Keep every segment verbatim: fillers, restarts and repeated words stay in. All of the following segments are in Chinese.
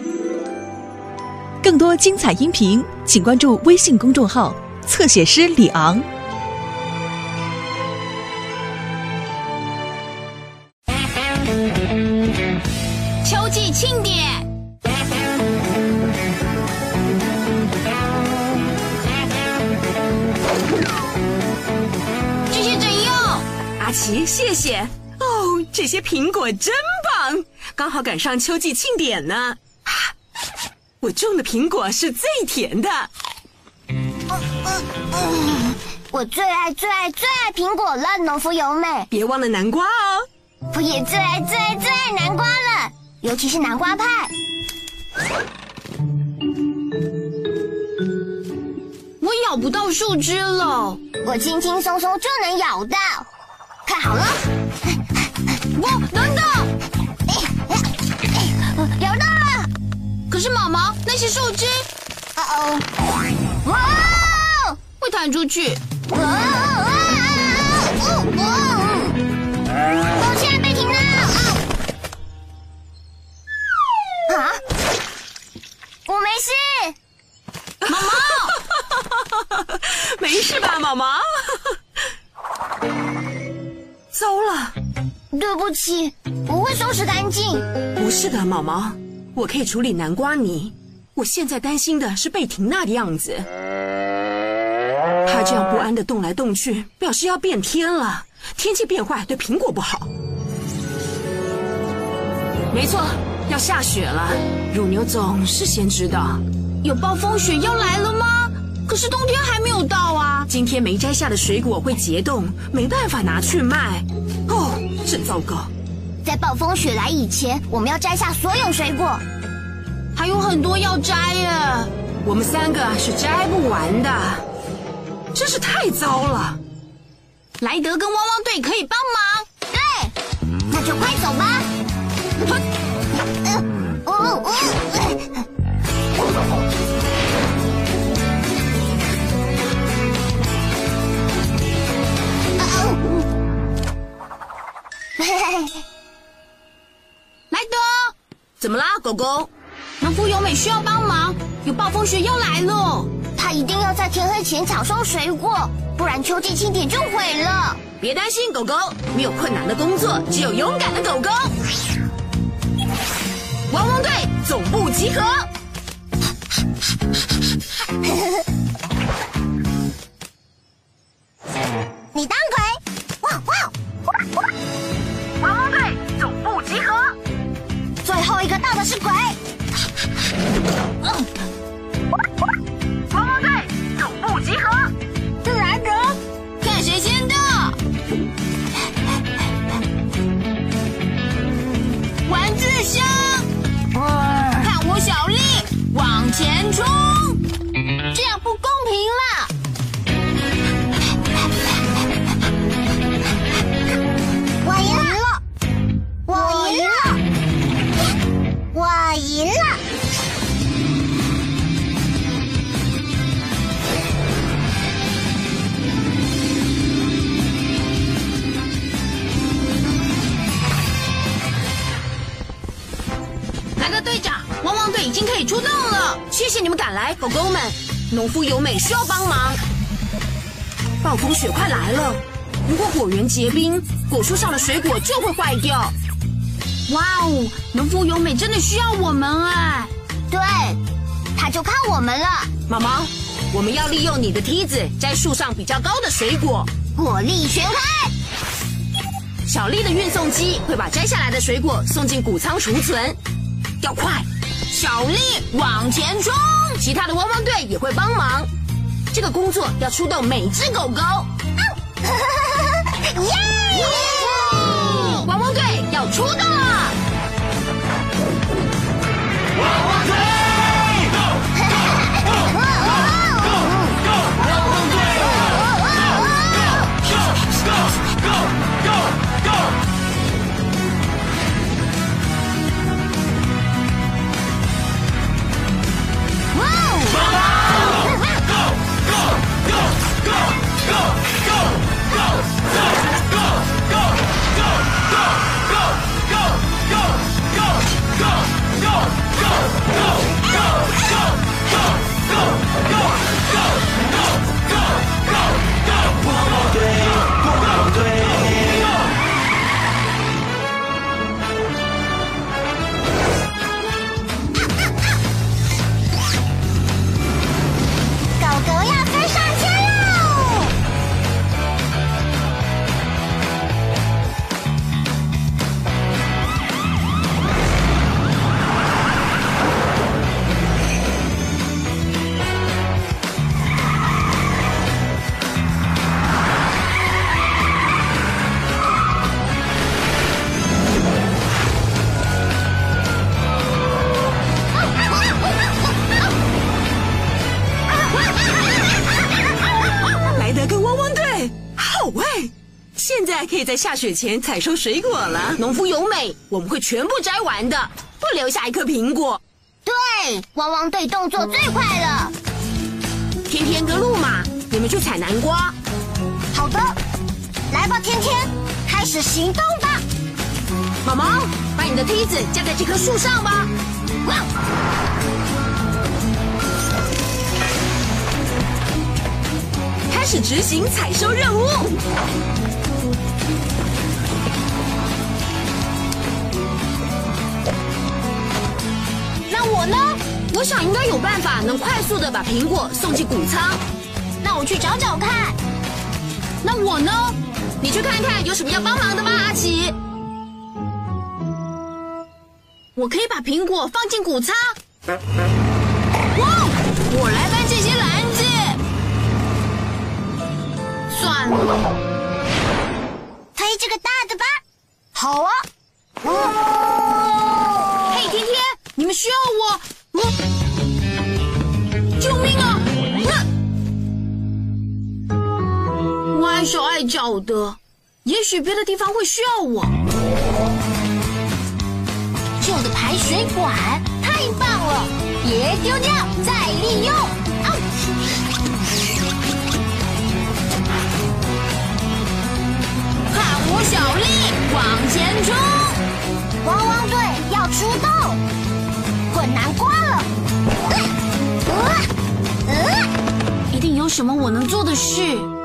更多精彩音频，请关注微信公众号“侧写师李昂”。 秋季庆典，这些真用。 阿奇，谢谢哦，这些苹果真棒，刚好赶上秋季庆典呢。我种的苹果是最甜的。 嗯嗯嗯，我最爱最爱最爱苹果了，农夫由美。 别忘了南瓜哦。 我也最爱最爱最爱南瓜了，尤其是南瓜派。 我咬不到树枝了， 我轻轻松松就能咬到。看好了， 哇，等等， 咬到了。 可是毛毛，那些树枝， 哦哦，哇哦， 会弹出去。 哇哦！抱歉，贝婷娜。啊！我没事。 毛毛， 没事吧，毛毛？糟了， 对不起，我会收拾干净。 不是的，毛毛，我可以处理南瓜泥。我现在担心的是贝婷娜的样子，她这样不安地动来动去，表示要变天了。天气变坏对苹果不好。没错，要下雪了。乳牛总是先知道。 有暴风雪要来了吗？可是冬天还没有到啊。 今天没摘下的水果会结冻，没办法拿去卖。哦，真糟糕。 在暴风雪来以前，我们要摘下所有水果。 还有很多要摘耶。 我们三个是摘不完的，真是太糟了。 莱德跟汪汪队可以帮忙。 对，那就快走吧。呃哦哦莱德， 怎么啦，狗狗？ 农夫由美需要帮忙，有暴风雪要来了。 他一定要在天黑前抢收水果，不然秋季庆典就毁了。 别担心，狗狗，没有困难的工作，只有勇敢的狗狗。汪汪队总部集合。 你当鬼！哇哇！ 汪汪队总部集合。 最后一个到的是鬼。 汪汪队总部集合。 莱德，看谁先到。丸子香，看我小力往前冲，这样不公平啦！ 我赢了！我赢了！我赢了！ 莱德队长，汪汪队已经可以出动了。 谢谢你们赶来，狗狗们。农夫由美需要帮忙。暴风雪快来了，如果果园结冰，果树上的水果就会坏掉。 哇哦，农夫由美真的需要我们哎。 对，他就靠我们了。 毛毛，我们要利用你的梯子摘树上比较高的水果。 火力全开！ 小丽的运送机会把摘下来的水果送进谷仓储存。要快！ 小丽往前冲！ 其他的汪汪队也会帮忙。这个工作要出动每只狗狗。 耶！ 汪汪队要出动了！ 汪汪队 Go! 可以在下雪前采收水果了。农夫有美，我们会全部摘完的，不留下一颗苹果。 对，汪汪队动作最快了。 天天跟路马，你们去采南瓜。 好的，来吧，天天，开始行动吧。 毛毛，把你的梯子架在这棵树上吧。哇！开始执行采收任务。那我呢？我想应该有办法能快速的把苹果送进谷仓。 那我去找找看。 那我呢？你去看看有什么要帮忙的吗，阿奇？我可以把苹果放进谷仓。哇！我来搬这些篮子。算了， 推这个大的吧。好啊。 哦、嘿，天天，你们需要我？嗯、救命啊！嗯、我碍手碍脚的，也许别的地方会需要我。 旧的排水管太棒了，别丢掉，再利用。哦我小力往前冲！ 汪汪队要出动，滚南瓜了！呃呃、 一定有什么我能做的事。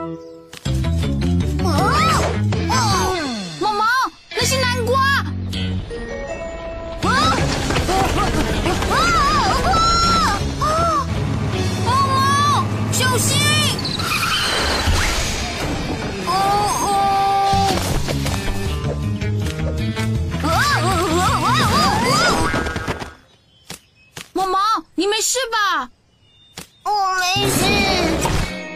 呃呃、 毛毛，那些南瓜！ 啊啊啊啊！ 毛毛，小心！你没事吧？ 我没事。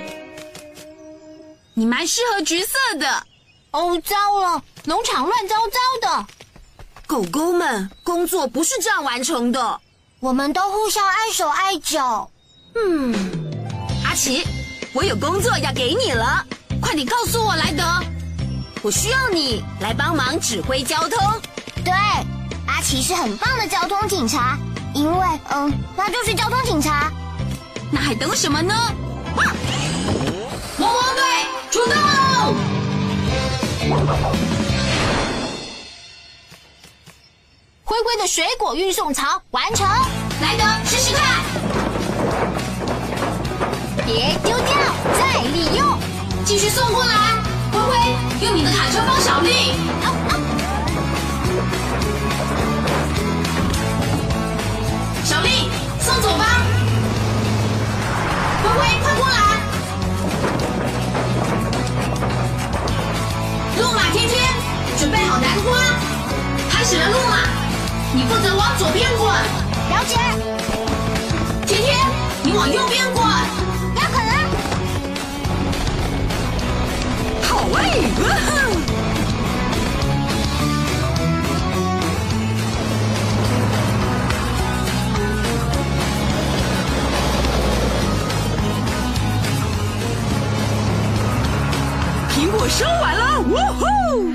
你蛮适合橘色的。 哦，糟了，农场乱糟糟的。 狗狗们工作不是这样完成的。 我们都互相碍手碍脚。 嗯，阿奇，我有工作要给你了，快点告诉我，莱德。我需要你来帮忙指挥交通。 对，阿奇是很棒的交通警察。因为，嗯，他就是交通警察。 那还等什么呢？汪汪队出动！ 灰灰的水果运送槽完成， 来的试试看。 别丢掉，再利用， 继续送过来。灰灰，用你的卡车帮小丽。 哦哦小丽，送走吧。灰灰，快过来。路马，天天，准备好南瓜。开始了，路马，你负责往左边滚。 了解。 天天，你往右边滚。 要可能。 好哎！苹果收完了，呜呼！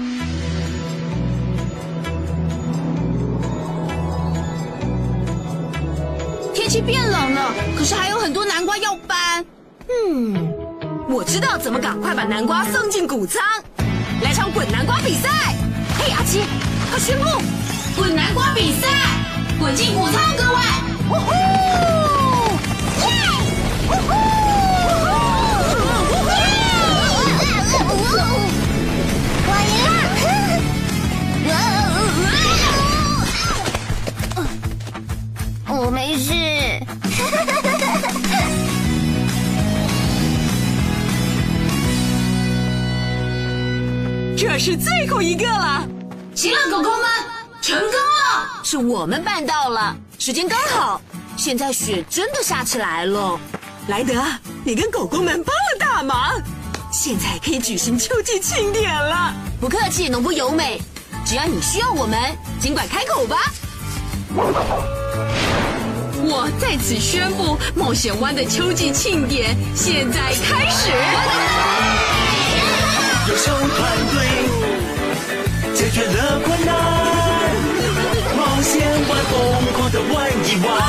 天气变冷了，可是还有很多南瓜要搬。 嗯，我知道怎么赶快把南瓜送进谷仓，来场滚南瓜比赛。嘿，阿奇，快宣布滚南瓜比赛，滚进谷仓，各位！ 呜呼！耶！呜呼！我赢了！我没事。 这是最后一个了。 行了，狗狗们，成功了！ 是我们办到了，时间刚好。现在雪真的下起来了。莱德，你跟狗狗们帮了大忙，现在可以举行秋季庆典了。不客气，农夫友美，只要你需要我们，尽管开口吧。 我在此宣布，冒险湾的秋季庆典现在开始。 优秀团队决了困难，冒险玩疯狂的玩一玩。